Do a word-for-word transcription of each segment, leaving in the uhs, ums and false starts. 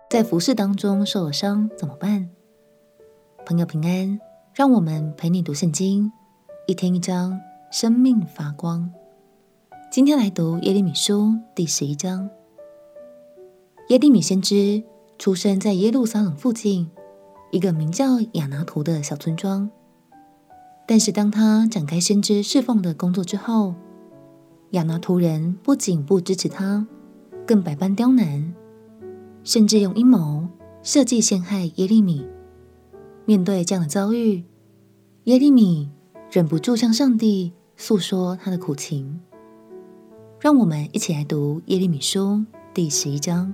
在服事当中受了伤怎么办？朋友平安，让我们陪你读圣经，一天一章，生命发光。今天来读耶利米书第十一章。耶利米先知出生在耶路撒冷附近一个名叫亚拿图的小村庄，但是当他展开先知侍奉的工作之后，亚拿图人不仅不支持他，更百般刁难，甚至用阴谋设计陷害耶利米。面对这样的遭遇，耶利米忍不住向上帝诉说他的苦情。让我们一起来读耶利米书第十一章。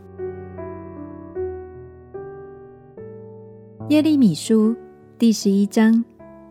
耶利米书第十一章。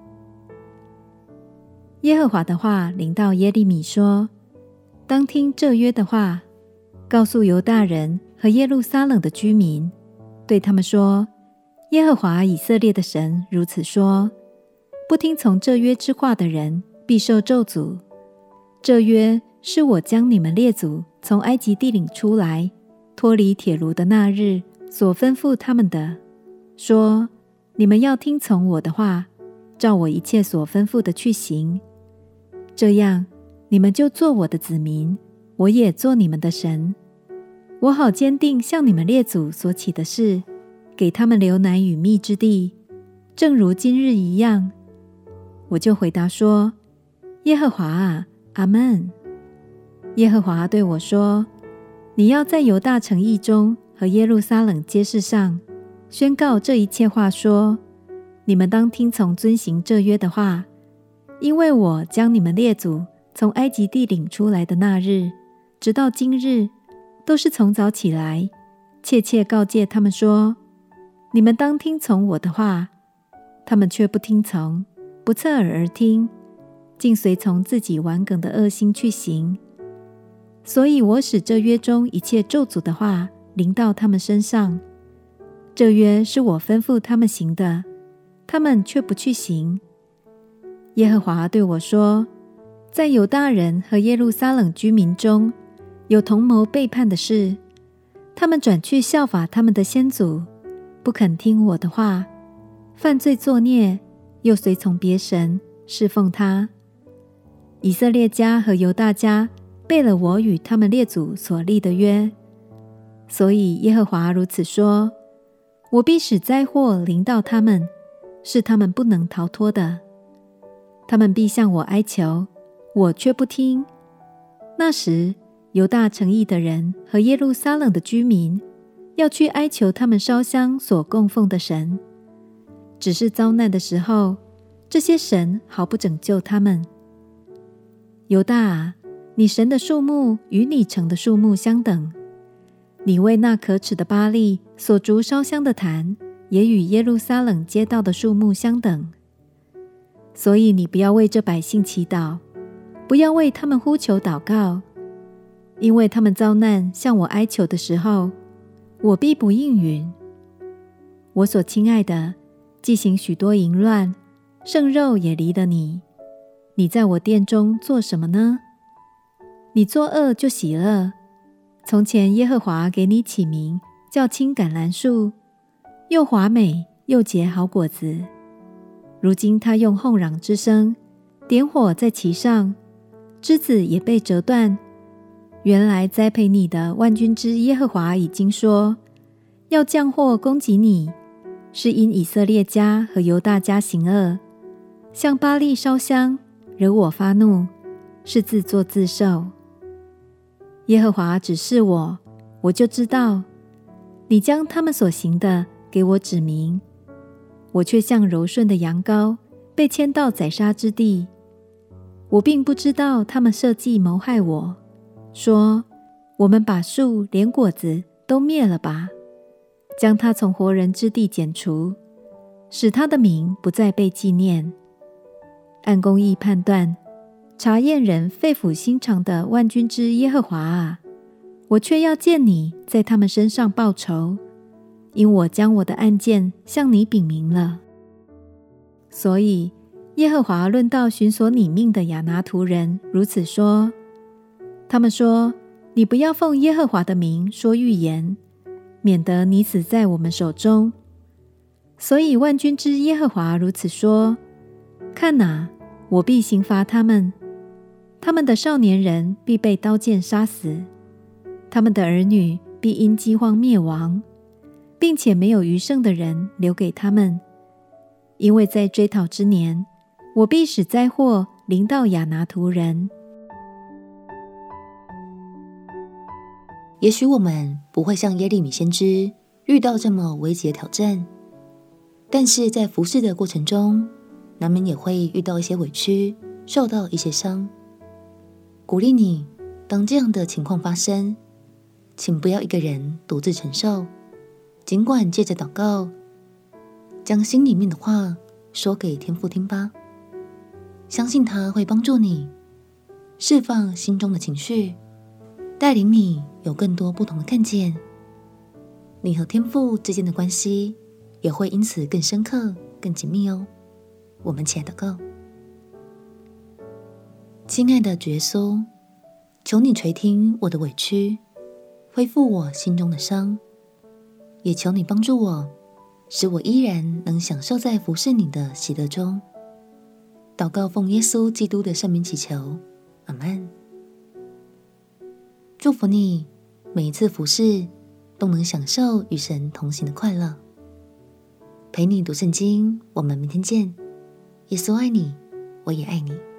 耶和华的话临到耶利米说：当听这约的话，告诉犹大人和耶路撒冷的居民，对他们说：耶和华以色列的神如此说，不听从这约之话的人必受咒诅。这约是我将你们列祖从埃及地领出来，脱离铁炉的那日所吩咐他们的，说：你们要听从我的话，照我一切所吩咐的去行，这样你们就做我的子民，我也做你们的神。我好坚定向你们列祖所起的事，给他们流奶与蜜之地，正如今日一样。我就回答说：耶和华啊，阿们。耶和华对我说：你要在犹大城邑中和耶路撒冷街市上宣告这一切话，说：你们当听从遵行这约的话，因为我将你们列祖从埃及地领出来的那日，直到今日，都是从早起来，切切告诫他们说：你们当听从我的话。他们却不听从，不侧耳而听，竟随从自己顽梗的恶心去行。所以我使这约中一切咒诅的话临到他们身上。这约是我吩咐他们行的，他们却不去行。耶和华对我说：在犹大人和耶路撒冷居民中有同谋背叛的事，他们转去效法他们的先祖，不肯听我的话，犯罪作孽，又随从别神，侍奉他。以色列家和犹大家背了我与他们列祖所立的约，所以耶和华如此说：我必使灾祸临到他们，是他们不能逃脱的。他们必向我哀求，我却不听。那时，犹大城邑的人和耶路撒冷的居民要去哀求他们烧香所供奉的神，只是遭难的时候，这些神毫不拯救他们。犹大啊，你神的数目与你城的数目相等，你为那可耻的巴力所筑烧香的坛，也与耶路撒冷街道的数目相等。所以你不要为这百姓祈祷，不要为他们呼求祷告，因为他们遭难向我哀求的时候，我必不应允。我所亲爱的，既行许多淫乱，圣肉也离了你，你在我殿中做什么呢？你作恶就喜乐。从前耶和华给你起名叫青橄榄树，又华美又结好果子。如今他用哄嚷之声点火在其上，枝子也被折断。原来栽培你的万军之耶和华已经说，要降祸攻击你，是因以色列家和犹大家行恶，向巴力烧香，惹我发怒，是自作自受。耶和华指示我，我就知道，你将他们所行的给我指明。我却像柔顺的羊羔，被牵到宰杀之地。我并不知道他们设计谋害我，说：我们把树连果子都灭了吧，将他从活人之地剪除，使他的名不再被纪念。按公义判断，查验人肺腑心肠的万军之耶和华啊，我却要见你在他们身上报仇，因我将我的案件向你禀明了。所以耶和华论到寻索你命的亚拿图人如此说：他们说，你不要奉耶和华的名说预言， 免得你死在我们手中。所以万军之耶和华如此说：看哪，我必刑罚他们，他们的少年人必被刀剑杀死，他们的儿女必因饥荒灭亡，并且没有余剩的人留给他们。因为在追讨之年，我必使灾祸临到亚拿图人。 也许我们不会像耶利米先知遇到这么危急的挑战，但是在服侍的过程中，难免也会遇到一些委屈，受到一些伤。鼓励你，当这样的情况发生，请不要一个人独自承受，尽管借着祷告，将心里面的话说给天父听吧。相信他会帮助你释放心中的情绪，带领你有更多不同的看见。你和天父之间的关系也会因此更深刻、更紧密哦。我们起来祷告。亲爱的主耶稣，求你垂听我的委屈，恢复我心中的伤，也求你帮助我，使我依然能享受在服侍你的喜乐中。祷告奉耶稣基督的圣名祈求，阿们。祝福你每一次服侍都能享受与神同行的快乐。陪你读圣经，我们明天见。耶稣爱你，我也爱你。